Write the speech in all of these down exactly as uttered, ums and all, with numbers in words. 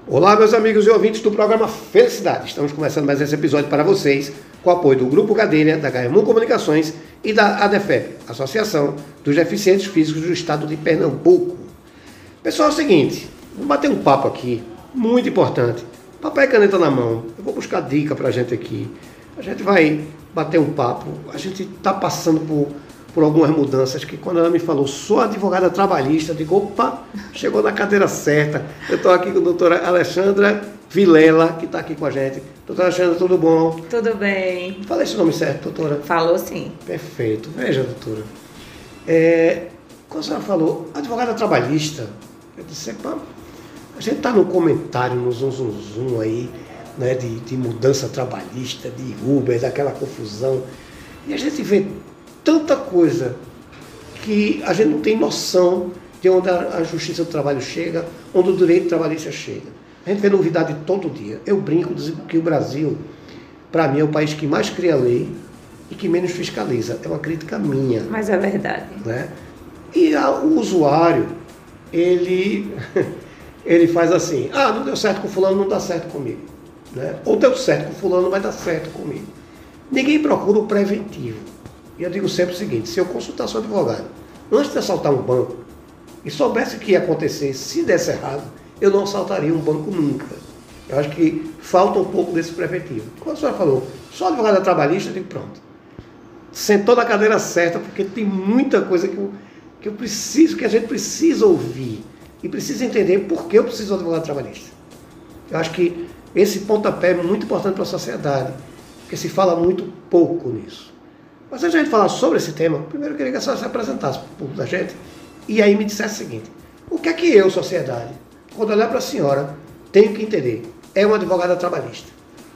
Olá, meus amigos e ouvintes do programa Felicidade. Estamos começando mais esse episódio para vocês com o apoio do Grupo Cadeira, da Gaemon Comunicações e da ADEFEP, Associação dos Deficientes Físicos do Estado de Pernambuco. Pessoal, é o seguinte, vamos bater um papo aqui, muito importante. Papel e caneta na mão, eu vou buscar dica para a gente aqui. A gente vai bater um papo, a gente está passando por... por algumas mudanças, que quando ela me falou, sou advogada trabalhista, eu digo, opa, chegou na cadeira certa. Eu estou aqui com a doutora Alexandra Vilela, que está aqui com a gente. Doutora Alexandra, tudo bom? Tudo bem. Falei esse nome certo, doutora? Falou sim. Perfeito. Veja, doutora, é, quando a senhora falou advogada trabalhista, eu disse, epa, a gente está no comentário, no zum, zum, zum aí, né, de, de mudança trabalhista, de Uber, daquela confusão, e a gente vê tanta coisa que a gente não tem noção de onde a Justiça do Trabalho chega, onde o direito trabalhista chega. A gente vê novidade todo dia. Eu brinco dizendo que o Brasil, para mim, é o país que mais cria lei e que menos fiscaliza. É uma crítica minha. Mas é verdade. Né? E a, o usuário, ele, ele faz assim, ah, não deu certo com fulano, não dá certo comigo. Né? Ou deu certo com fulano, vai dar certo comigo. Ninguém procura o preventivo. E eu digo sempre o seguinte, se eu consultasse um advogado antes de assaltar um banco e soubesse o que ia acontecer se desse errado, eu não assaltaria um banco nunca. Eu acho que falta um pouco desse preventivo. Quando a senhora falou, sou advogada trabalhista, eu digo pronto. Sentou na cadeira certa, porque tem muita coisa que eu, que eu preciso, que a gente precisa ouvir e precisa entender por que eu preciso de um advogado trabalhista. Eu acho que esse pontapé é muito importante para a sociedade, porque se fala muito pouco nisso. Mas antes de a gente falar sobre esse tema, primeiro eu queria que a senhora se apresentasse para o público da gente e aí me dissesse o seguinte, o que é que eu, sociedade, quando olhar para a senhora, tenho que entender? É uma advogada trabalhista.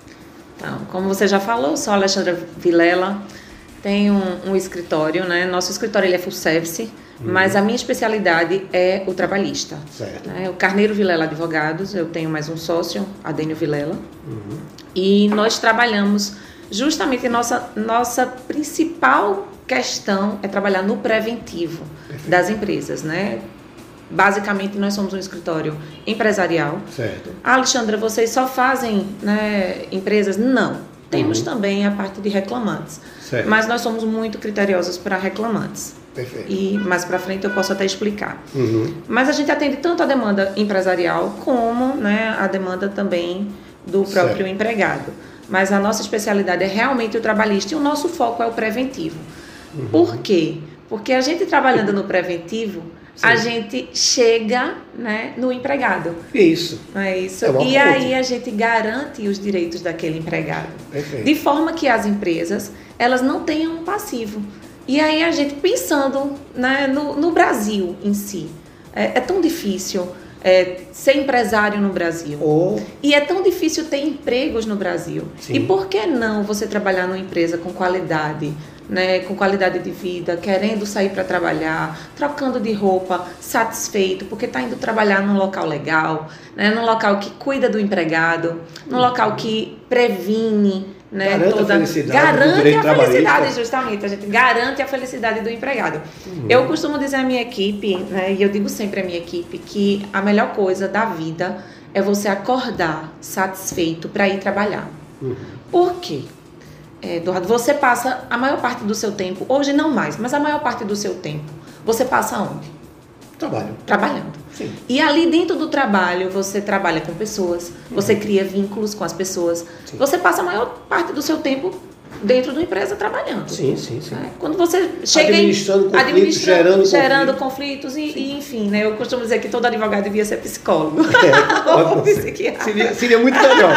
Então, como você já falou, sou a Alexandra Vilela, tenho um, um escritório, né? Nosso escritório ele é full service, uhum. Mas a minha especialidade é o trabalhista. Certo. Né? O Carneiro Vilela Advogados, eu tenho mais um sócio, Adênio Vilela, uhum. E nós trabalhamos... Justamente nossa, nossa principal questão é trabalhar no preventivo Perfeito. Das empresas, né? Basicamente, nós somos um escritório empresarial. Certo. Alexandra, vocês só fazem, né, empresas? Não. Temos uhum. também a parte de reclamantes. Certo. Mas nós somos muito criteriosos para reclamantes. Perfeito. E mais para frente eu posso até explicar. Uhum. Mas a gente atende tanto a demanda empresarial como, né, a demanda também do próprio certo. Empregado. Mas a nossa especialidade é realmente o trabalhista e o nosso foco é o preventivo. Uhum. Por quê? Porque a gente trabalhando no preventivo, Sim. a gente chega, né, no empregado. Isso. Não é isso? É e ponte. Aí a gente garante os direitos daquele empregado. Perfeito. De forma que as empresas, elas não tenham um passivo. E aí a gente pensando, né, no, no Brasil em si, é, é tão difícil... É, ser empresário no Brasil. Oh. E é tão difícil ter empregos no Brasil. Sim. E por que não você trabalhar numa empresa com qualidade, né, com qualidade de vida, querendo sair para trabalhar, trocando de roupa, satisfeito, porque está indo trabalhar num local legal, né, num local que cuida do empregado, num local que previne, né, garante toda, a felicidade, garante a felicidade, justamente, a gente garante a felicidade do empregado. Uhum. Eu costumo dizer à minha equipe, né, e eu digo sempre à minha equipe, que a melhor coisa da vida é você acordar satisfeito para ir trabalhar. Uhum. Por quê? É, Eduardo, você passa a maior parte do seu tempo, hoje não mais, mas a maior parte do seu tempo, você passa onde? Trabalho. Trabalhando. Sim. E ali dentro do trabalho, você trabalha com pessoas, uhum. você cria vínculos com as pessoas. Sim. Você passa a maior parte do seu tempo dentro da empresa trabalhando. Sim, sim, sim. Né? Quando você chega administrando em, conflitos, administrando, gerando, gerando conflitos, conflitos e, e, enfim, né? Eu costumo dizer que todo advogado devia ser psicólogo. É, ou psiquiatra. Seria, seria muito melhor.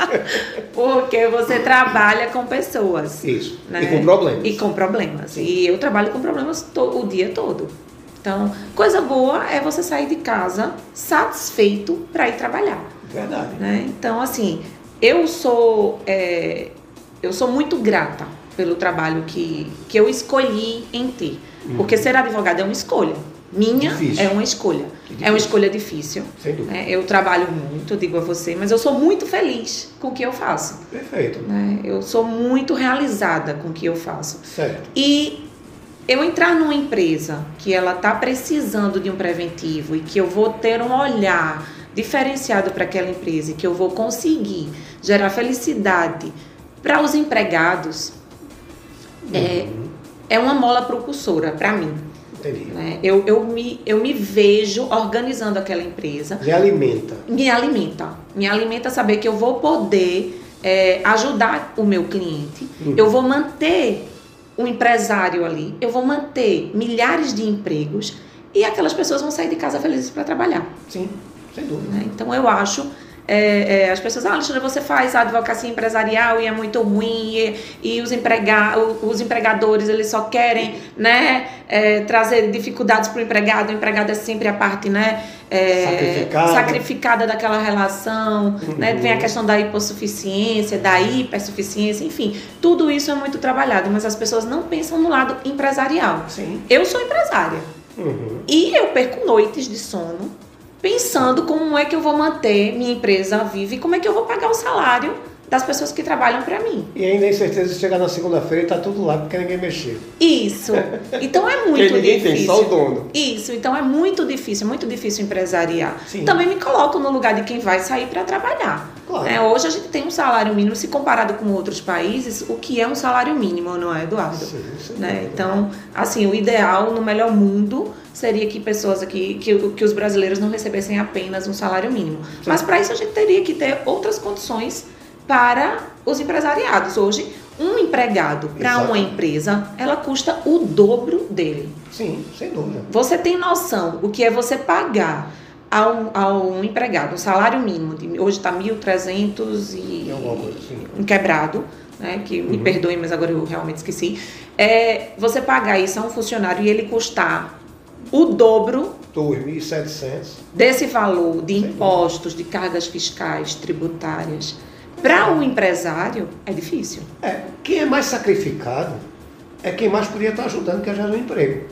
Porque você trabalha com pessoas. Isso. Né? E com problemas. E com problemas. Sim. E eu trabalho com problemas to- o dia todo. Então, coisa boa é você sair de casa satisfeito para ir trabalhar. Verdade. Né? Então, assim, eu sou, é, eu sou muito grata pelo trabalho que, que eu escolhi em ter. Uhum. Porque ser advogada é uma escolha. Minha difícil. É uma escolha. É uma escolha difícil. Sem dúvida. Né? Eu trabalho muito, digo a você, mas eu sou muito feliz com o que eu faço. Perfeito. Né? Eu sou muito realizada com o que eu faço. Certo. E eu entrar numa empresa que ela está precisando de um preventivo e que eu vou ter um olhar diferenciado para aquela empresa e que eu vou conseguir gerar felicidade para os empregados, uhum. é, é uma mola propulsora para mim. Entendi. Né? Eu, eu, me, eu me vejo organizando aquela empresa. Me alimenta. Me alimenta. Me alimenta saber que eu vou poder é, ajudar o meu cliente. Uhum. Eu vou manter o empresário ali. Eu vou manter milhares de empregos e aquelas pessoas vão sair de casa felizes para trabalhar. Sim, sem dúvida. Né? Então eu acho... É, é, as pessoas, ah, Alexandra, você faz a advocacia empresarial e é muito ruim e, e os, emprega, os empregadores eles só querem, né, é, trazer dificuldades para o empregado. O empregado é sempre a parte, né, é, sacrificada. sacrificada daquela relação, uhum. né, vem a questão da hipossuficiência, da hipersuficiência, enfim, tudo isso é muito trabalhado, mas as pessoas não pensam no lado empresarial. Sim. Eu sou empresária uhum. e eu perco noites de sono pensando como é que eu vou manter minha empresa viva e como é que eu vou pagar o salário das pessoas que trabalham para mim. E ainda incerteza de chegar na segunda-feira e tá tudo lá porque ninguém mexeu. Isso. Então é muito porque ninguém difícil. Tem, só o dono. Isso. Então é muito difícil, muito difícil empresariar. Sim. Também me coloco no lugar de quem vai sair para trabalhar. Claro. É, hoje a gente tem um salário mínimo, se comparado com outros países, o que é um salário mínimo, não é, Eduardo? Sim, sim. Né? Então, assim, o ideal no melhor mundo seria que pessoas aqui, que, que os brasileiros não recebessem apenas um salário mínimo. Sim. Mas para isso a gente teria que ter outras condições para os empresariados. Hoje, um empregado para uma empresa, ela custa o dobro dele. Sim, sem dúvida. Você tem noção o que é você pagar a um, a um empregado, um salário mínimo, de, hoje está mil e trezentos e um quebrado, né, que uhum. me perdoem, mas agora eu realmente esqueci. É, você pagar isso a um funcionário e ele custar o dobro dois mil e setecentos desse valor de impostos, de cargas fiscais, tributárias. Para um empresário, é difícil. É, quem é mais sacrificado é quem mais podia estar ajudando que a gerar um emprego.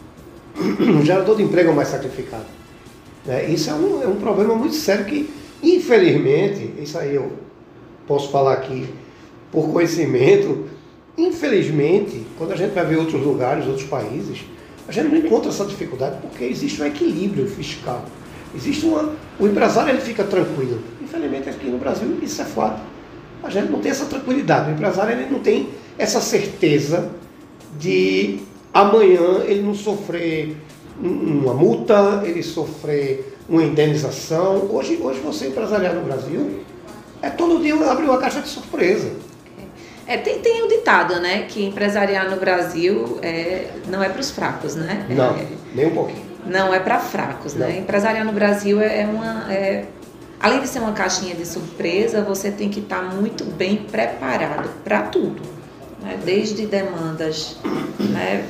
O gerador de emprego é o mais sacrificado. É, isso é um, é um problema muito sério que, infelizmente, isso aí eu posso falar aqui por conhecimento, infelizmente, quando a gente vai ver outros lugares, outros países, a gente não encontra essa dificuldade porque existe um equilíbrio fiscal. Existe uma... O empresário ele fica tranquilo. Infelizmente aqui no Brasil isso é fato. A gente não tem essa tranquilidade. O empresário ele não tem essa certeza de amanhã ele não sofrer uma multa, ele sofrer uma indenização. Hoje, hoje você empresariar no Brasil é todo dia abrir uma caixa de surpresa. É, tem, tem um ditado, né, que empresariar no Brasil é, não é para os fracos, né? Não, é, nem um pouquinho. Não é para fracos, não. Né? Empresariar no Brasil é uma... É, além de ser uma caixinha de surpresa, você tem que estar muito bem preparado para tudo. Né? Desde demandas, né,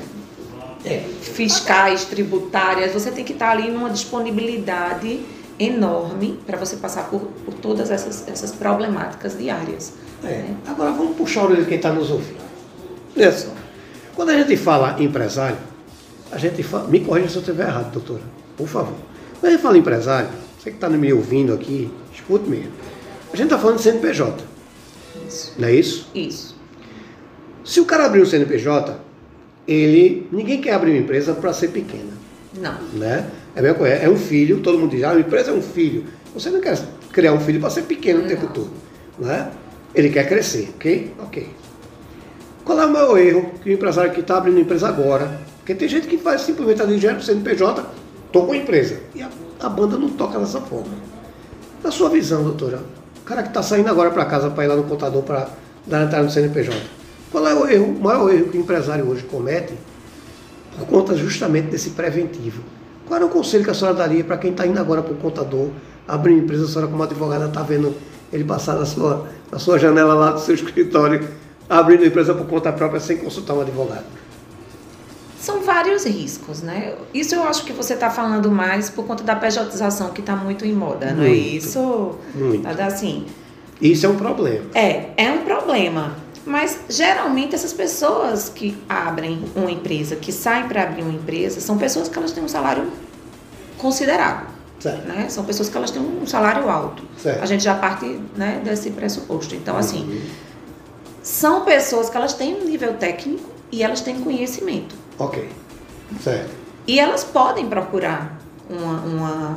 fiscais, tributárias, você tem que estar ali numa disponibilidade enorme para você passar por, por todas essas, essas problemáticas diárias. É. Né? Agora vamos puxar a orelha de quem está nos ouvindo. Olha só, quando a gente fala empresário, a gente fala, me corrija se eu estiver errado, doutora, por favor. Quando a gente fala empresário, você que está me ouvindo aqui, escute mesmo. A gente está falando de C N P J. Isso. Não é isso? Isso. Se o cara abrir um C N P J, ele, ninguém quer abrir uma empresa para ser pequena. Não. Né? É a mesma coisa, é um filho, todo mundo diz, ah, a empresa é um filho. Você não quer criar um filho para ser pequeno o tempo todo. Né? Ele quer crescer, ok? Ok. Qual é o maior erro que o empresário que está abrindo uma empresa agora? Porque tem gente que faz simplesmente ali, gera o C N P J, toca uma empresa. E a, a banda não toca dessa forma. Na sua visão, doutora, o cara que está saindo agora para casa para ir lá no contador para dar entrada no C N P J, qual é o erro, o maior erro que o empresário hoje comete por conta justamente desse preventivo? Qual é o conselho que a senhora daria para quem está indo agora para o contador, abrir uma empresa, a senhora como advogada está vendo ele passar na sua, na sua janela lá do seu escritório, abrindo uma empresa por conta própria sem consultar um advogado? São vários riscos, né? Isso eu acho que você está falando mais por conta da pejotização que está muito em moda, muito, não é isso? Muito. Assim, isso é um problema. É, é um problema. Mas, geralmente, essas pessoas que abrem uma empresa, que saem para abrir uma empresa, são pessoas que elas têm um salário considerável. Certo. Né? São pessoas que elas têm um salário alto. Certo. A gente já parte, né, desse pressuposto. Então, assim, uhum. são pessoas que elas têm um nível técnico e elas têm conhecimento. Ok, certo. E elas podem procurar uma, uma,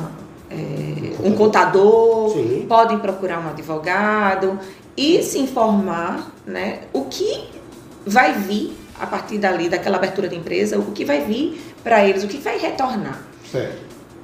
é, um contador, Sim. podem procurar um advogado e se informar, né, o que vai vir a partir dali, daquela abertura de empresa, o que vai vir para eles, o que vai retornar. Certo.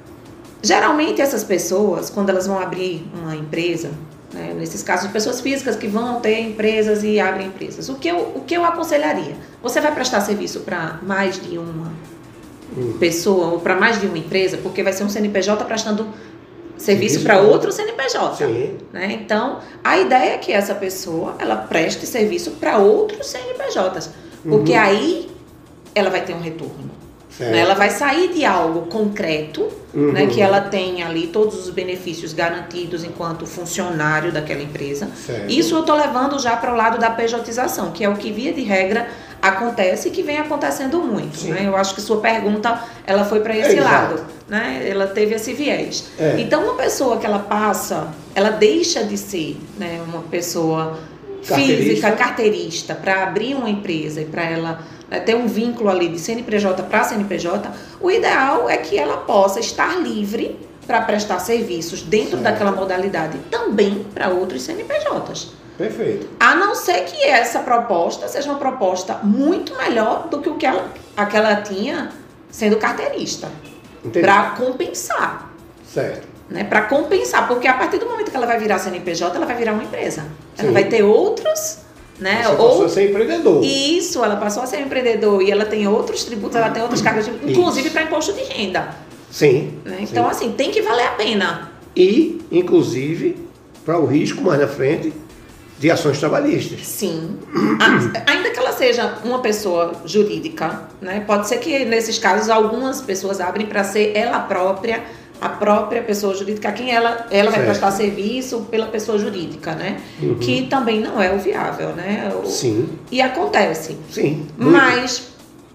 Geralmente essas pessoas, quando elas vão abrir uma empresa, né, nesses casos, pessoas físicas que vão ter empresas e abrem empresas, o que eu, o que eu aconselharia? Você vai prestar serviço para mais de uma hum. pessoa ou para mais de uma empresa, porque vai ser um C N P J prestando serviço para outro C N P J. Sim. Né? Então, a ideia é que essa pessoa ela preste serviço para outros C N P Js, porque uhum. aí ela vai ter um retorno. Né? Ela vai sair de algo concreto, uhum. né, que ela tem ali todos os benefícios garantidos enquanto funcionário daquela empresa. Certo. Isso eu estou levando já para o lado da pejotização, que é o que via de regra acontece e que vem acontecendo muito. Né? Eu acho que sua pergunta ela foi para esse é, lado, né? Ela teve esse viés. É. Então, uma pessoa que ela passa, ela deixa de ser, né, uma pessoa carteirista. física, carteirista, para abrir uma empresa e para ela ter um vínculo ali de C N P J para C N P J, o ideal é que ela possa estar livre para prestar serviços dentro certo. daquela modalidade também para outros C N P Js. Perfeito. A não ser que essa proposta seja uma proposta muito melhor do que o que ela, a que ela tinha sendo carteirista. Para compensar. Certo. Né? Para compensar, porque a partir do momento que ela vai virar C N P J, ela vai virar uma empresa. Ela Sim. vai ter outros... Né? Você passou Ou, a ser empreendedor. Isso, ela passou a ser empreendedor e ela tem outros tributos, ela tem outras cargas, inclusive para imposto de renda. Sim. Né? Então, sim. assim, tem que valer a pena. E, inclusive, para o risco mais na frente de ações trabalhistas. Sim. A, ainda que ela seja uma pessoa jurídica, né? Pode ser que nesses casos algumas pessoas abrem para ser ela própria, a própria pessoa jurídica, a quem ela, ela vai prestar serviço pela pessoa jurídica, né? Uhum. Que também não é o viável, né? O, Sim. E acontece. Sim. Mas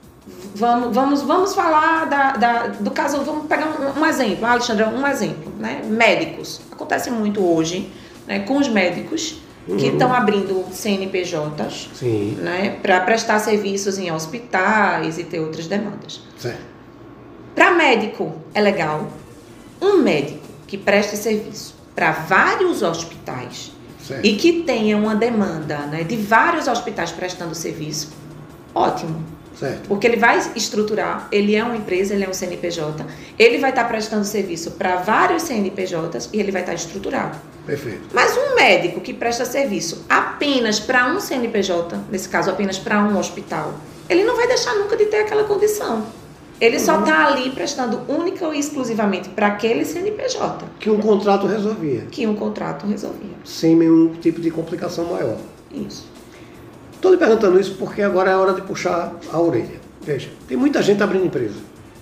vamos, vamos, vamos falar da, da, do caso, vamos pegar um, um exemplo, Alexandre, um exemplo, né? Médicos. Acontece muito hoje, né? Com os médicos uhum. que estão abrindo C N P Js, Sim. né? Para prestar serviços em hospitais e ter outras demandas. Certo. Para médico é legal. Um médico que preste serviço para vários hospitais certo. E que tenha uma demanda, né, de vários hospitais prestando serviço, ótimo. Certo. Porque ele vai estruturar, ele é uma empresa, ele é um C N P J, ele vai estar prestando serviço para vários C N P Js e ele vai estar estruturado. Perfeito. Mas um médico que presta serviço apenas para um C N P J, nesse caso apenas para um hospital, ele não vai deixar nunca de ter aquela condição. Ele uhum. só está ali prestando única ou exclusivamente para aquele C N P J. Que um contrato resolvia. Que um contrato resolvia. Sem nenhum tipo de complicação maior. Isso. Estou lhe perguntando isso porque agora é a hora de puxar a orelha. Veja, tem muita gente abrindo empresa.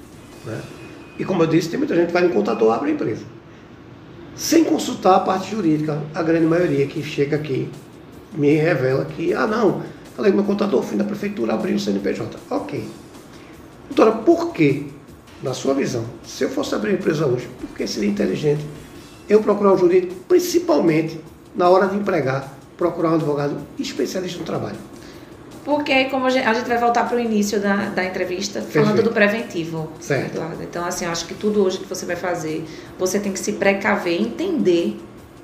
Né? E como eu disse, tem muita gente que vai no contador e abre empresa. Sem consultar a parte jurídica, a grande maioria que chega aqui me revela que, ah não, falei com meu contador, fui na prefeitura, abri um C N P J. Ok. Doutora, por que, na sua visão, se eu fosse abrir empresa hoje, por que seria inteligente eu procurar um jurídico, principalmente na hora de empregar, procurar um advogado especialista no trabalho? Porque aí, como a gente, a gente vai voltar para o início da, da entrevista, Perfeito. Falando do preventivo, certo. Eduardo. Então, assim, eu acho que tudo hoje que você vai fazer, você tem que se precaver, entender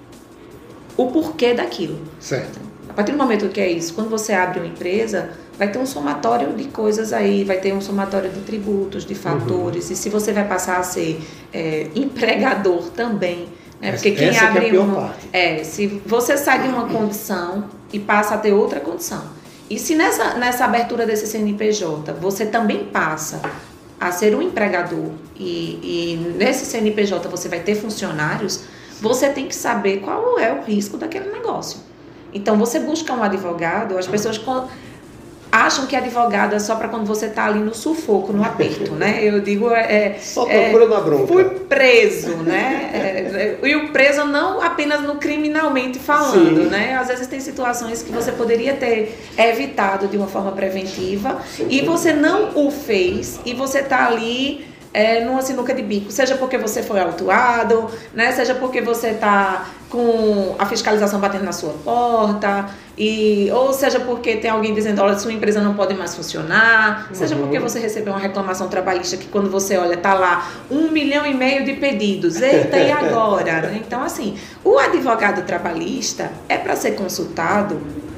o porquê daquilo. Certo. A partir do momento que é isso, quando você abre uma empresa, vai ter um somatório de coisas aí, vai ter um somatório de tributos, de fatores, uhum. e se você vai passar a ser é, empregador também, né? Porque quem Essa abre que é a pior uma, parte. é, se você sai de uma condição e passa a ter outra condição, e se nessa, nessa abertura desse C N P J você também passa a ser um empregador e, e nesse C N P J você vai ter funcionários, você tem que saber qual é o risco daquele negócio. Então, você busca um advogado, as pessoas acham que advogado é só para quando você está ali no sufoco, no aperto, né? Eu digo... É, só procura na bronca. Fui preso, né? É, e o preso não apenas no criminalmente falando, Sim. né? Às vezes tem situações que você poderia ter evitado de uma forma preventiva Sim. e você não o fez e você está ali é, numa sinuca de bico, seja porque você foi autuado, né, seja porque você está com a fiscalização batendo na sua porta, e, ou seja porque tem alguém dizendo, olha, sua empresa não pode mais funcionar, uhum. seja porque você recebeu uma reclamação trabalhista que quando você olha, está lá um milhão e meio de pedidos, eita, e agora? Então, assim, o advogado trabalhista é para ser consultado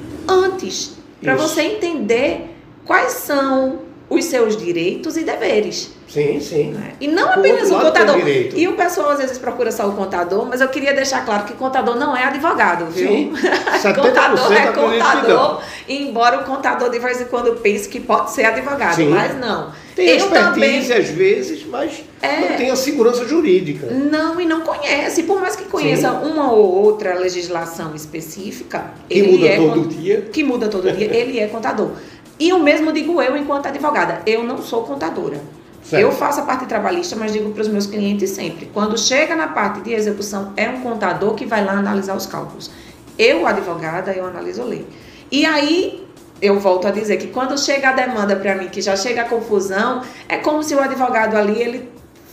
antes, para você entender quais são os seus direitos e deveres. Sim, sim. Né? E não apenas o contador. E o pessoal às vezes procura só o contador, mas eu queria deixar claro que contador não é advogado, viu? Sim. Contador é contador, embora o contador de vez em quando pense que pode ser advogado, sim. mas não. Tem eu expertise também, às vezes, mas é, não tem a segurança jurídica. Não, e não conhece. Por mais que conheça sim. uma ou outra legislação específica, que ele muda é todo cont... dia. Que muda todo dia, ele é contador. E o mesmo digo eu enquanto advogada. Eu não sou contadora. Certo. Eu faço a parte trabalhista, mas digo para os meus clientes sempre, quando chega na parte de execução, é um contador que vai lá analisar os cálculos. Eu, advogada, eu analiso a lei. E aí, eu volto a dizer que quando chega a demanda para mim, que já chega a confusão, é como se o advogado ali, ele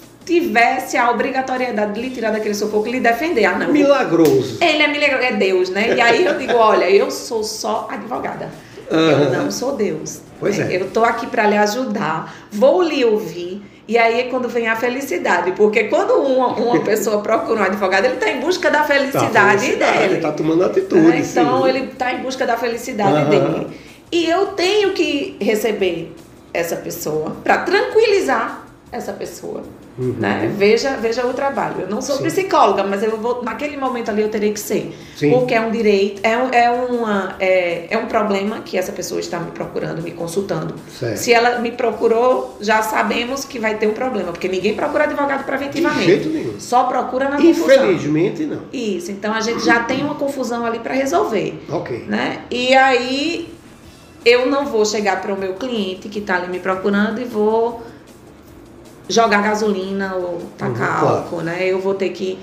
tivesse a obrigatoriedade de lhe tirar daquele sufoco e lhe defender. Ah, não. Milagroso. Ele é milagroso, é Deus, né? E aí eu digo, olha, eu sou só advogada. Uhum. Eu não sou Deus. Pois né? é. Eu estou aqui para lhe ajudar, vou lhe ouvir, e aí é quando vem a felicidade. Porque quando uma, uma pessoa procura um advogado, ele está em busca da felicidade, tá, felicidade dele. Ele está tomando atitude. Né? Então, sim. ele está em busca da felicidade uhum. dele. E eu tenho que receber essa pessoa para tranquilizar essa pessoa. Uhum. Né? Veja, veja o trabalho. Eu não sou sim. psicóloga, mas eu vou, naquele momento ali eu terei que ser. Sim. Porque é um direito, é, um, é, uma, é, é um problema que essa pessoa está me procurando, me consultando. Certo. Se ela me procurou, já sabemos que vai ter um problema, porque ninguém procura advogado preventivamente. De jeito nenhum. Só procura na confusão. Infelizmente não. Isso, então a gente já tem uma confusão ali para resolver. Ok. Né? E aí eu não vou chegar para o meu cliente que está ali me procurando e vou jogar gasolina ou tacar uhum, álcool, claro. né? Eu vou ter que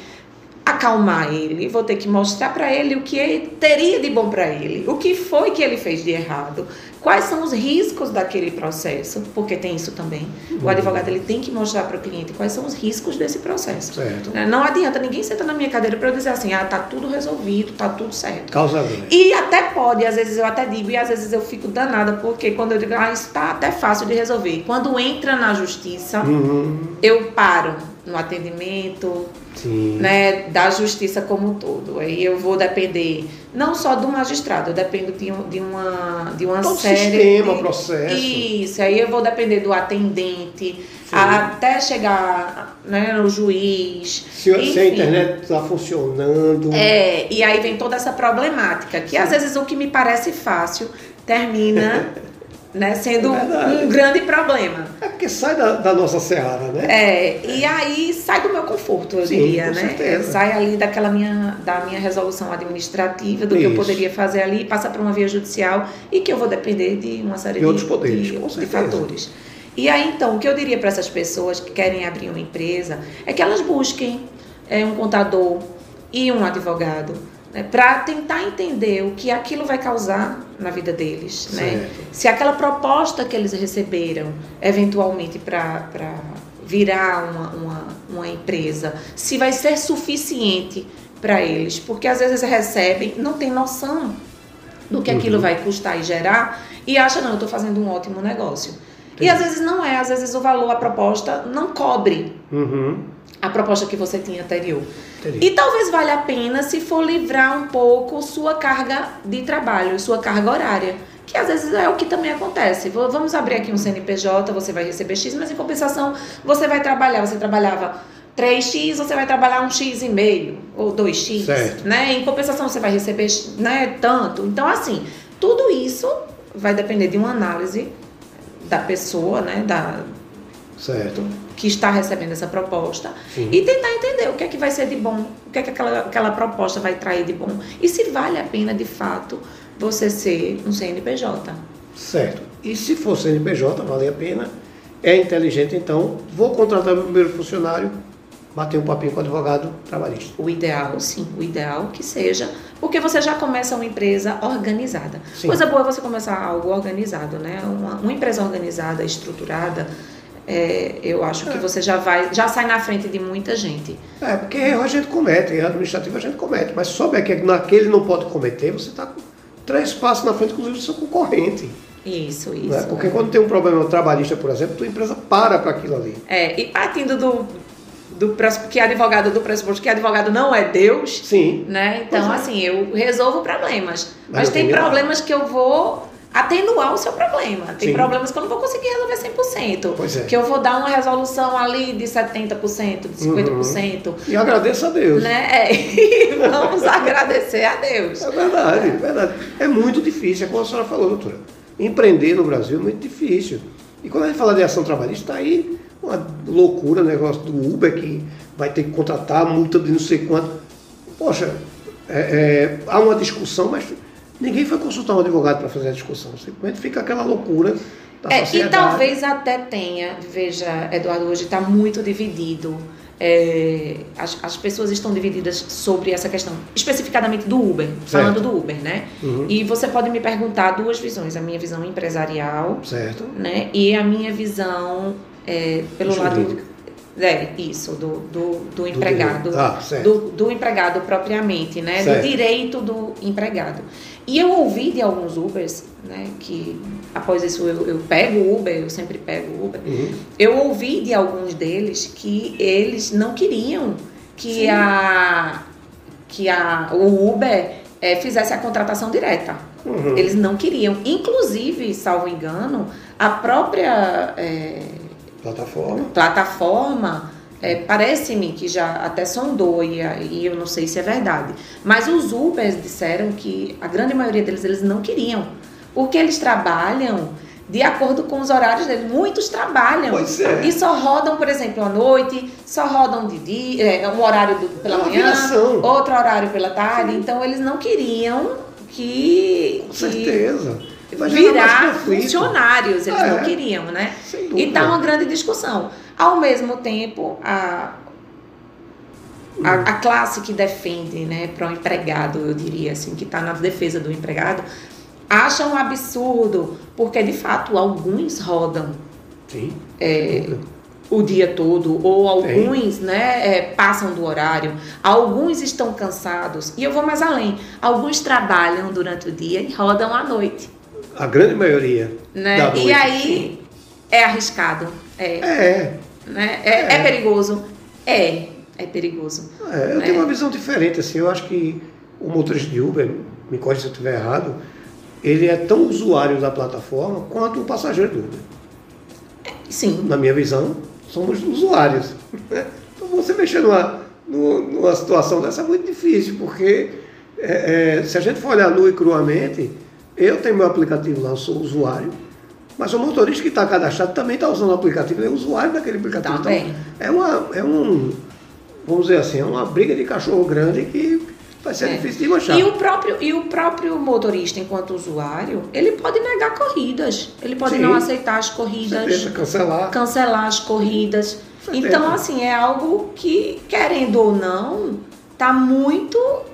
acalmar ele, vou ter que mostrar para ele o que ele teria de bom para ele, o que foi que ele fez de errado, quais são os riscos daquele processo, porque tem isso também. Uhum. O advogado ele tem que mostrar para o cliente quais são os riscos desse processo. Certo. Não adianta ninguém sentar na minha cadeira para eu dizer assim, ah, tá tudo resolvido, tá tudo certo. Causa grande. E até pode, às vezes eu até digo, e às vezes eu fico danada, porque quando eu digo, ah, isso tá até fácil de resolver. Quando entra na justiça, uhum. eu paro no atendimento, sim. né, da justiça como um todo. Aí eu vou depender não só do magistrado, eu dependo de, um, de uma, de uma todo série sistema, de... processo. Isso, aí eu vou depender do atendente, até chegar, né, no juiz. Se, se a internet está funcionando. É, e aí vem toda essa problemática, que sim. às vezes o que me parece fácil termina... né, sendo é um grande problema. É porque sai da, da nossa seara, né? É, e aí sai do meu conforto, eu sim, diria, com né? certeza. Sai ali daquela minha, da minha resolução administrativa, do Isso. que eu poderia fazer ali, passa para uma via judicial e que eu vou depender de uma série de, outros poderes, de, com de certeza. fatores. E aí, então, o que eu diria para essas pessoas que querem abrir uma empresa é que elas busquem é, um contador e um advogado, né, para tentar entender o que aquilo vai causar na vida deles, né? Se aquela proposta que eles receberam, eventualmente para virar uma, uma, uma empresa, se vai ser suficiente para eles, porque às vezes recebem, não tem noção do que uhum. aquilo vai custar e gerar, e acham, não, eu estou fazendo um ótimo negócio. Entendi. E às vezes não é, às vezes o valor, a proposta não cobre uhum. a proposta que você tinha anterior. Entendi. E talvez valha a pena se for livrar um pouco sua carga de trabalho, sua carga horária, que às vezes é o que também acontece. Vamos abrir aqui um C N P J, você vai receber X, mas em compensação você vai trabalhar, você trabalhava três x, você vai trabalhar um x e meio, ou dois x, certo. Né? Em compensação você vai receber, né, tanto. Então, assim, tudo isso vai depender de uma análise da pessoa, né, da... certo. que está recebendo essa proposta. Sim. E tentar entender o que é que vai ser de bom, o que é que aquela, aquela proposta vai trair de bom e se vale a pena de fato você ser um C N P J. Certo. E se for C N P J, vale a pena, é inteligente, então vou contratar meu primeiro funcionário, bater um papinho com o advogado trabalhista. O ideal, sim, o ideal que seja, porque você já começa uma empresa organizada. Sim. Coisa boa é você começar algo organizado, né? Uma, uma empresa organizada, estruturada, é, eu acho é. que você já vai, já sai na frente de muita gente. É, porque erro a gente comete, erro administrativo a gente comete, mas souber que naquele não pode cometer, você está com três passos na frente, inclusive, do seu concorrente. Isso, isso. Né? Porque é. quando tem um problema trabalhista, por exemplo, tua empresa para para aquilo ali. É, e partindo do, do que advogado do pressuposto que advogado não é Deus, sim, né? Então, é. assim, eu resolvo problemas. Mas, mas tem tem problemas nada. que eu vou atenuar o seu problema. Tem sim. problemas que eu não vou conseguir resolver cem por cento. Pois é. Que eu vou dar uma resolução ali de setenta por cento, de cinquenta por cento. Uhum. E agradeço a Deus. Né? É. E vamos agradecer a Deus. É verdade, é verdade. É muito difícil, é como a senhora falou, doutora. Empreender no Brasil é muito difícil. E quando a gente fala de ação trabalhista, está aí uma loucura, o negócio do Uber, que vai ter que contratar multa de não sei quanto. Poxa, é, é, há uma discussão, mas ninguém foi consultar um advogado para fazer a discussão. Simplesmente fica aquela loucura da é, sociedade. E talvez até tenha, veja, Eduardo, hoje está muito dividido. É, as, as pessoas estão divididas sobre essa questão, especificadamente do Uber, falando certo. do Uber, né? Uhum. E você pode me perguntar duas visões, a minha visão empresarial, certo. né? E a minha visão é, pelo jurídico. lado... É, isso, do, do, do empregado, do, ah, do, do empregado propriamente, né? Certo. Do direito do empregado. E eu ouvi de alguns Ubers, né? Que após isso eu, eu pego o Uber, eu sempre pego o Uber. Uhum. Eu ouvi de alguns deles que eles não queriam que, a, que a, o Uber é, fizesse a contratação direta. Uhum. Eles não queriam. Inclusive, salvo engano, a própria... É, Plataforma. Plataforma, é, parece-me que já até sondou, e, e eu não sei se é verdade. Mas os Ubers disseram que a grande maioria deles, eles não queriam. Porque eles trabalham de acordo com os horários deles. Muitos trabalham. Pois é. E só rodam, por exemplo, à noite, só rodam de dia, é, um horário do, pela é manhã, viração. outro horário pela tarde. Sim. Então, eles não queriam que... Com que certeza. virar funcionários, eles é, não queriam, né? E tá uma grande discussão. Ao mesmo tempo, a, a, a classe que defende, né, para o empregado, eu diria assim, que está na defesa do empregado, acha um absurdo, porque de fato alguns rodam Sim, é, o dia todo, ou alguns né, é, passam do horário, alguns estão cansados, e eu vou mais além, alguns trabalham durante o dia e rodam à noite. A grande maioria. Né? Da noite, e aí sim. é arriscado. É. É. Né? É, é. é perigoso. É. É perigoso. É, eu né? tenho uma visão diferente. Assim, eu acho que o motorista de Uber, me corrija se eu estiver errado, ele é tão usuário da plataforma quanto o passageiro do Uber. É, sim. Na minha visão, somos usuários. Então você mexer numa, numa situação dessa é muito difícil, porque é, é, se a gente for olhar nu e cruamente, eu tenho meu aplicativo lá, eu sou usuário, mas o motorista que está cadastrado também está usando o aplicativo, ele é usuário daquele aplicativo. Tá então, é, uma, é um, vamos dizer assim, é uma briga de cachorro grande que vai ser é. difícil de manchar. E o, próprio, e o próprio motorista, enquanto usuário, ele pode negar corridas, ele pode Sim. não aceitar as corridas, certeza, cancelar. cancelar as corridas. Certeza. Então, assim, é algo que, querendo ou não, está muito...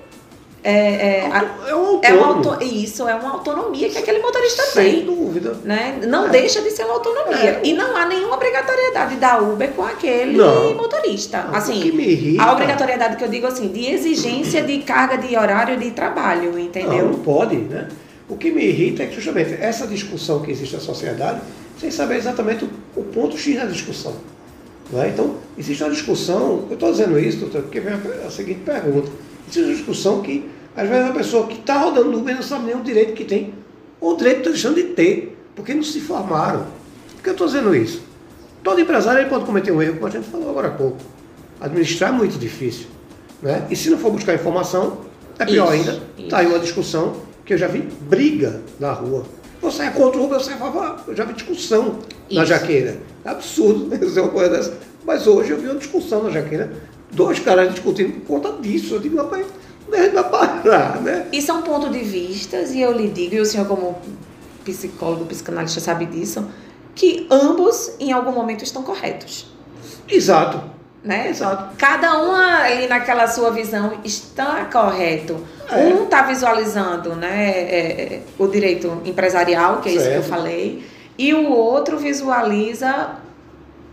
É, é, é, um é uma auto, isso, é uma autonomia que aquele motorista Sem tem. Sem dúvida. Né? Não é. deixa de ser uma autonomia. É. E não há nenhuma obrigatoriedade da Uber com aquele não. motorista. Não, assim, o que me irrita... A obrigatoriedade que eu digo assim, de exigência de carga de horário de trabalho, entendeu? Não, não pode, né? O que me irrita é que justamente essa discussão que existe na sociedade, sem saber exatamente o, o ponto X da discussão. Né? Então, existe uma discussão, eu estou dizendo isso, doutor, porque vem a, a seguinte pergunta. Existe uma discussão que às vezes a pessoa que está rodando no Uber não sabe nem o direito que tem, ou o direito está deixando de ter, porque não se formaram. Por que eu estou dizendo isso? Todo empresário ele pode cometer um erro, como a gente falou agora há pouco. Administrar é muito difícil. Né? E se não for buscar informação, é pior isso, ainda. Está aí uma discussão que eu já vi briga na rua. Você é contra o Uber, você é a favor. Eu já vi discussão isso. na Jaqueira. É absurdo dizer uma coisa dessa. Mas hoje eu vi uma discussão na Jaqueira, dois caras discutindo por conta disso. Eu digo, rapaz, vai parar, né? E são pontos de vista, e eu lhe digo, e o senhor como psicólogo, psicanalista sabe disso, que ambos em algum momento estão corretos. Exato. Né? Exato. Cada um ali naquela sua visão está correto. É. Um está visualizando, né, é, o direito empresarial, que é certo. Isso que eu falei, e o outro visualiza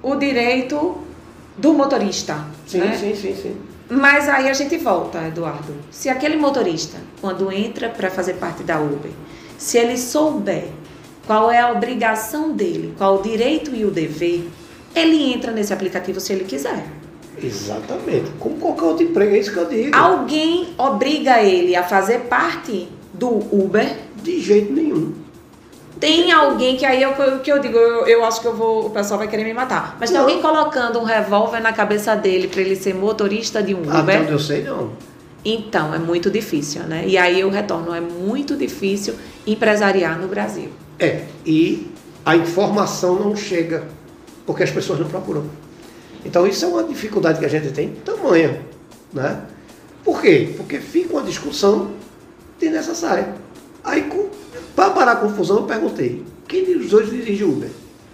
o direito do motorista. Sim, né? sim, sim, sim. Mas aí a gente volta, Eduardo. Se aquele motorista, quando entra para fazer parte da Uber, se ele souber qual é a obrigação dele, qual o direito e o dever, ele entra nesse aplicativo se ele quiser. Exatamente. Como qualquer outro emprego, é isso que eu digo. Alguém obriga ele a fazer parte do Uber? De jeito nenhum. Tem alguém que aí é o que eu digo, eu, eu acho que eu vou, o pessoal vai querer me matar. Mas tem Não. alguém colocando um revólver na cabeça dele para ele ser motorista de um Uber? Até onde eu sei, não. Então, é muito difícil, né? E aí eu retorno, é muito difícil empresariar no Brasil. É, e a informação não chega, porque as pessoas não procuram. Então isso é uma dificuldade que a gente tem tamanha, né? Por quê? Porque fica uma discussão desnecessária. Aí, para parar a confusão, eu perguntei, quem dos dois dirige Uber?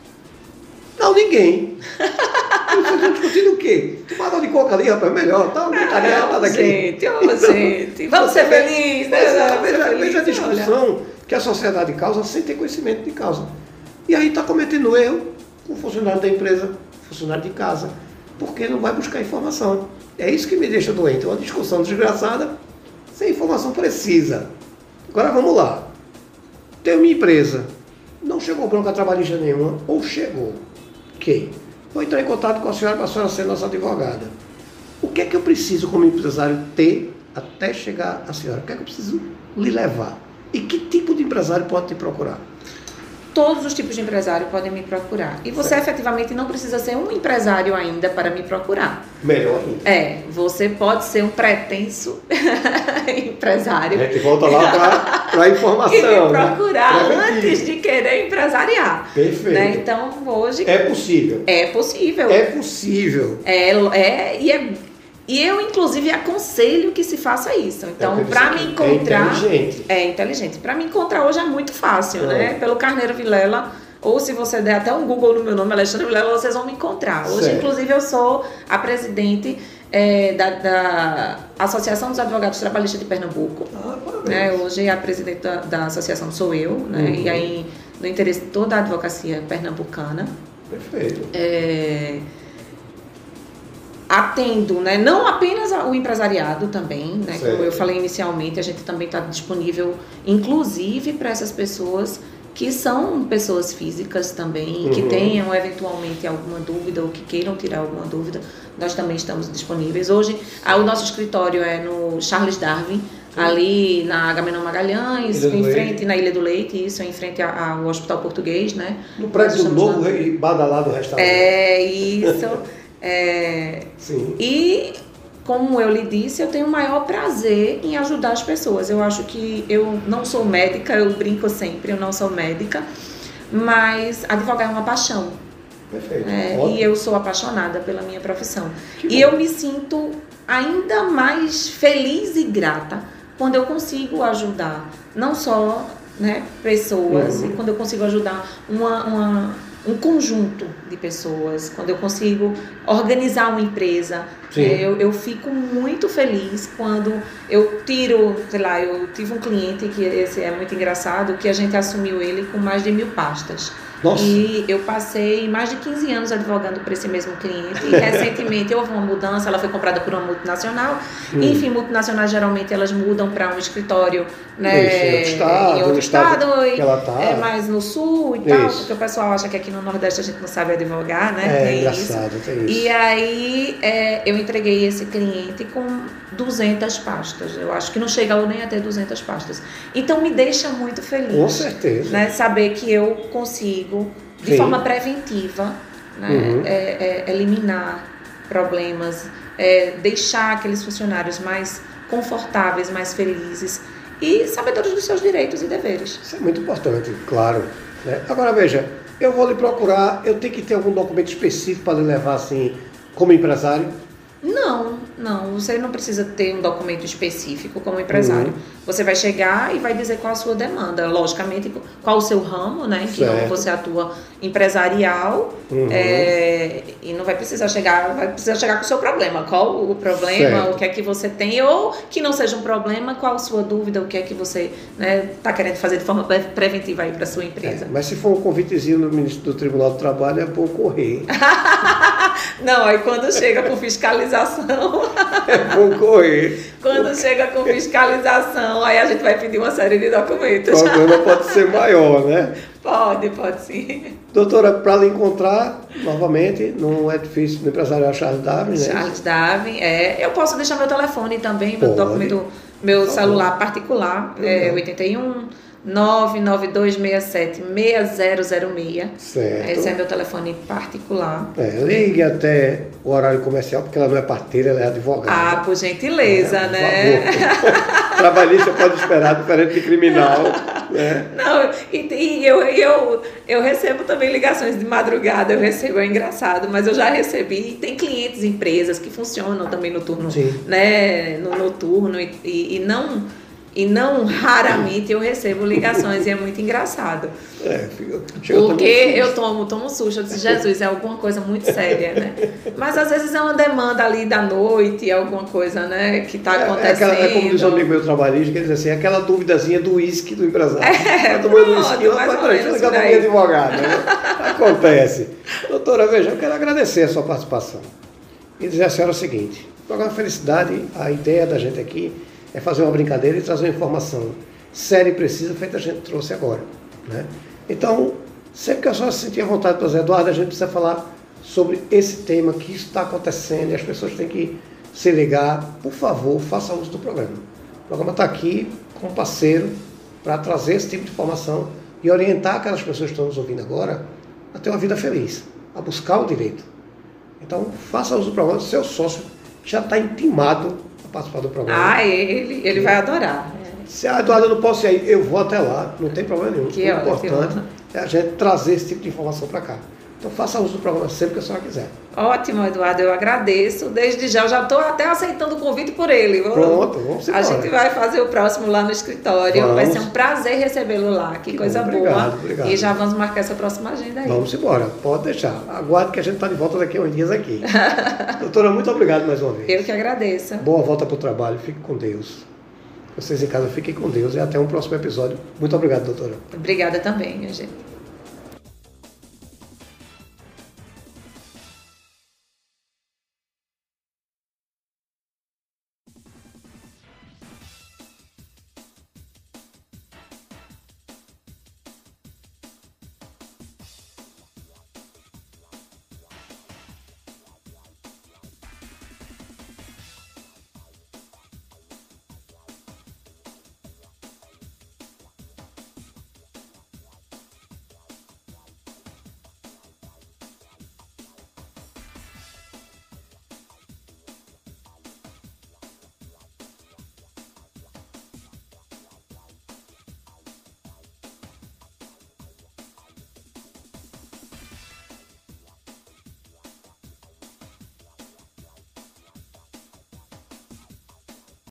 Não, ninguém. Vocês estão discutindo o quê? Tu paga de coca ali, rapaz, melhor, tá? Não estaria nada aqui. Gente, ô, gente, vamos ser felizes, né? Veja, Vamos ser veja, felizes, veja a discussão olha. Que a sociedade causa sem ter conhecimento de causa. E aí está cometendo erro com o funcionário da empresa, funcionário de casa, porque não vai buscar informação. É isso que me deixa doente, uma discussão desgraçada sem informação precisa. Agora vamos lá. Tenho minha empresa, não chegou bronca trabalhista nenhuma, ou chegou. Ok. Vou entrar em contato com a senhora para a senhora ser nossa advogada. O que é que eu preciso como empresário ter até chegar à senhora? O que é que eu preciso lhe levar? E que tipo de empresário pode te procurar? Todos os tipos de empresário podem me procurar. E você certo. Efetivamente não precisa ser um empresário ainda para me procurar. Melhor ainda. É, você pode ser um pretenso empresário. A gente volta lá para a informação. E me procurar né? antes de querer empresariar. Perfeito. Né? Então, hoje... É possível. É possível. É possível. É, é, e, é, e eu, inclusive, aconselho que se faça isso. Então, é para me encontrar... É inteligente. É inteligente. Para me encontrar hoje é muito fácil, é. né? Pelo Carneiro Vilela, ou se você der até um Google no meu nome, Alexandre Vilela, vocês vão me encontrar. Hoje, certo. Inclusive, eu sou a presidente é, da, da Associação dos Advogados Trabalhistas de Pernambuco. Ah, né? Hoje, a presidente da, da associação sou eu, né? Uhum. E aí, no interesse de toda a advocacia pernambucana. Perfeito. É... Atendo, né? Não apenas o empresariado também, né? Como eu falei inicialmente, a gente também está disponível, inclusive para essas pessoas que são pessoas físicas também, uhum. que tenham eventualmente alguma dúvida ou que queiram tirar alguma dúvida, nós também estamos disponíveis. Hoje, o nosso escritório é no Charles Darwin, sim. ali na Agamenon Magalhães, em frente na Ilha do Leite, isso, em frente ao Hospital Português, né? No prédio do novo e badalado restaurante. É, isso. É, sim. E, como eu lhe disse, eu tenho o maior prazer em ajudar as pessoas. Eu acho que eu não sou médica, eu brinco sempre, eu não sou médica, mas advogar é uma paixão. Perfeito. É, e eu sou apaixonada pela minha profissão. Que e bom. Eu me sinto ainda mais feliz e grata quando eu consigo ajudar, não só né, pessoas, uhum. e quando eu consigo ajudar uma... uma um conjunto de pessoas, quando eu consigo organizar uma empresa, eu, eu fico muito feliz quando eu tiro, sei lá, eu tive um cliente que esse é muito engraçado, que a gente assumiu ele com mais de mil pastas. Nossa. E eu passei mais de quinze anos advogando para esse mesmo cliente e recentemente houve uma mudança, ela foi comprada por uma multinacional. Hum. Enfim, multinacionais geralmente elas mudam para um escritório, né, Isso, em outro estado, em outro estado, estado e ela tá. é mais no sul e Isso. tal, porque o pessoal acha que aqui no Nordeste a gente não sabe advogar, né? É tem engraçado, isso. tem isso. E aí é, eu entreguei esse cliente com duzentas pastas. Eu acho que não chega nem a ter duzentas pastas. Então me deixa muito feliz. Com certeza. Né, saber que eu consigo, de Sim. forma preventiva, né, uhum. é, é, eliminar problemas, é, deixar aqueles funcionários mais confortáveis, mais felizes e sabedores dos seus direitos e deveres. Isso é muito importante, claro. Né? Agora veja, eu vou lhe procurar, eu tenho que ter algum documento específico para lhe levar assim, como empresário? Não, Não, você não precisa ter um documento específico como empresário. Uhum. Você vai chegar e vai dizer qual a sua demanda. Logicamente, qual o seu ramo, né? Em que ramo você atua empresarial. Uhum. É, e não vai precisar chegar, vai precisar chegar com o seu problema. Qual o problema, certo. O que é que você tem, ou que não seja um problema, qual a sua dúvida, o que é que você está, né, querendo fazer de forma preventiva aí para a sua empresa. É, mas se for um convitezinho no ministro do Tribunal do Trabalho, é bom correr. Não, aí quando chega com fiscalização... É bom correr. Quando chega com fiscalização, aí a gente vai pedir uma série de documentos. O problema pode ser maior, né? Pode, pode sim. Doutora, para lhe encontrar novamente, não é difícil, no empresarial Charles Darwin, né? Charles Darwin, é. Eu posso deixar meu telefone também, meu pode. documento, meu Por celular favor. particular, uhum. é oito um, nove nove dois seis sete, seis zero zero seis. Certo. Esse é meu telefone particular. É, ligue até o horário comercial, porque ela não é parteira, ela é advogada. Ah, por gentileza, é, né? Trabalhista pode esperar, diferente de criminal. Né? Não, e, e eu, eu, eu recebo também ligações de madrugada, eu recebo, é engraçado, mas eu já recebi, tem clientes, empresas que funcionam também no turno, Sim. né, no noturno, e, e, e não... E não raramente eu recebo ligações e é muito engraçado. É, porque eu tomo, tomo susto, eu disse, Jesus, é alguma coisa muito séria, né? Mas às vezes é uma demanda ali da noite, alguma coisa, né, que está acontecendo. É, aquela, é como diz um amigo meu trabalhista, que diz assim, aquela duvidazinha do uísque do empresário. É, tá tomando uísque, eu vou ligar para o meu advogado. Né? Acontece. Doutora, veja, eu quero agradecer a sua participação e dizer à senhora o seguinte, o programa Felicidade, a ideia da gente aqui é fazer uma brincadeira e trazer uma informação séria e precisa, feita a gente trouxe agora. Né? Então, sempre que a senhora se sentir à vontade para dizer, Eduardo, a gente precisa falar sobre esse tema, que isso está acontecendo e as pessoas têm que se ligar. Por favor, faça uso do programa. O programa está aqui como parceiro para trazer esse tipo de informação e orientar aquelas pessoas que estão nos ouvindo agora a ter uma vida feliz, a buscar o direito. Então, faça uso do programa. Seu sócio já está intimado participar do programa. Ah, ele, ele vai adorar. Se a Eduarda não posso ir aí, eu vou até lá, não tem problema nenhum. Que o importante é a gente trazer esse tipo de informação para cá. Então faça uso do programa sempre que a senhora quiser. Ótimo, Eduardo, eu agradeço. Desde já, eu já estou até aceitando o convite por ele. Pronto, vamos embora. A gente vai fazer o próximo lá no escritório. Vamos. Vai ser um prazer recebê-lo lá. Que, que coisa bom, obrigado, boa. Obrigado. E já vamos marcar essa próxima agenda aí. Vamos embora, pode deixar. Aguarde que a gente está de volta daqui a uns dias aqui. Doutora, muito obrigado mais uma vez. Eu que agradeço. Boa volta para o trabalho, fique com Deus. Vocês em casa fiquem com Deus e até um próximo episódio. Muito obrigado, doutora. Obrigada também, minha gente.